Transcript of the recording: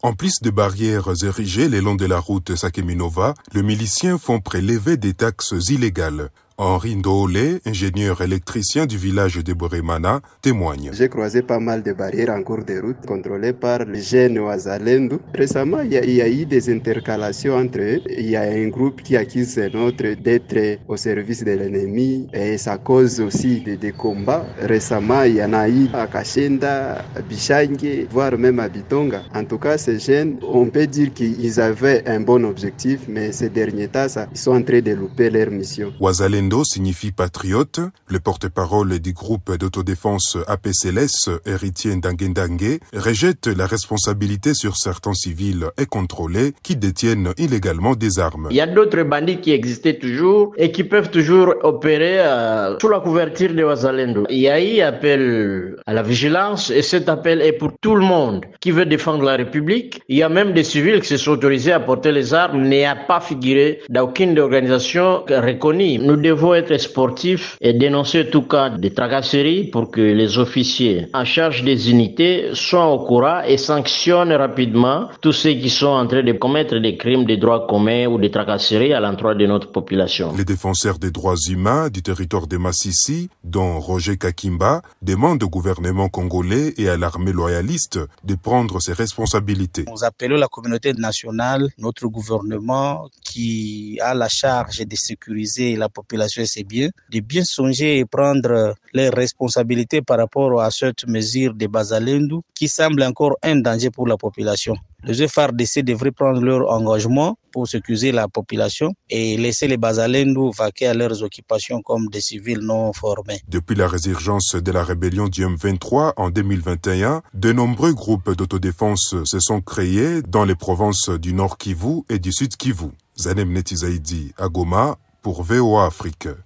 En plus de barrières érigées le long de la route Sakeminova, les miliciens font prélever des taxes illégales. Henri Ndoole, ingénieur électricien du village de Boremana, témoigne. J'ai croisé pas mal de barrières en cours de route contrôlées par les jeunes Wazalendo. Récemment, il y a eu des intercalations entre eux. Il y a un groupe qui accuse l'autre d'être au service de l'ennemi et ça cause aussi des combats. Récemment, il y en a eu à Kashenda, à Bishange, voire même à Bitonga. En tout cas, ces jeunes, on peut dire qu'ils avaient un bon objectif, mais ces derniers temps, ils sont en train de louper leur mission. Wazalendo signifie patriote. Le porte-parole du groupe d'autodéfense APCLS, héritier d'Angendangue, rejette la responsabilité sur certains civils et contrôlés qui détiennent illégalement des armes. Il y a d'autres bandits qui existaient toujours et qui peuvent toujours opérer sous la couverture de Wazalendo. Il y a eu appel à la vigilance et cet appel est pour tout le monde qui veut défendre la République. Il y a même des civils qui se sont autorisés à porter les armes, mais n'a pas figuré dans aucune organisation reconnue. Nous devons être sportifs et dénoncer tout cas de tracasseries pour que les officiers en charge des unités soient au courant et sanctionnent rapidement tous ceux qui sont en train de commettre des crimes de droits communs ou des tracasseries à l'endroit de notre population. Les défenseurs des droits humains du territoire de Massissi, dont Roger Kakimba, demandent au gouvernement congolais et à l'armée loyaliste de prendre ses responsabilités. Nous appelons la communauté nationale, notre gouvernement qui a la charge de sécuriser la population et ses biens, de bien songer et prendre les responsabilités par rapport à cette mesure de Bazalendo qui semble encore un danger pour la population. Les FARDC devraient prendre leur engagement pour sécuriser la population et laisser les Bazalendo vaquer à leurs occupations comme des civils non formés. Depuis la résurgence de la rébellion du M23 en 2021, de nombreux groupes d'autodéfense se sont créés dans les provinces du Nord Kivu et du Sud Kivu. Zanem Netizaidi à Goma pour VOA Afrique.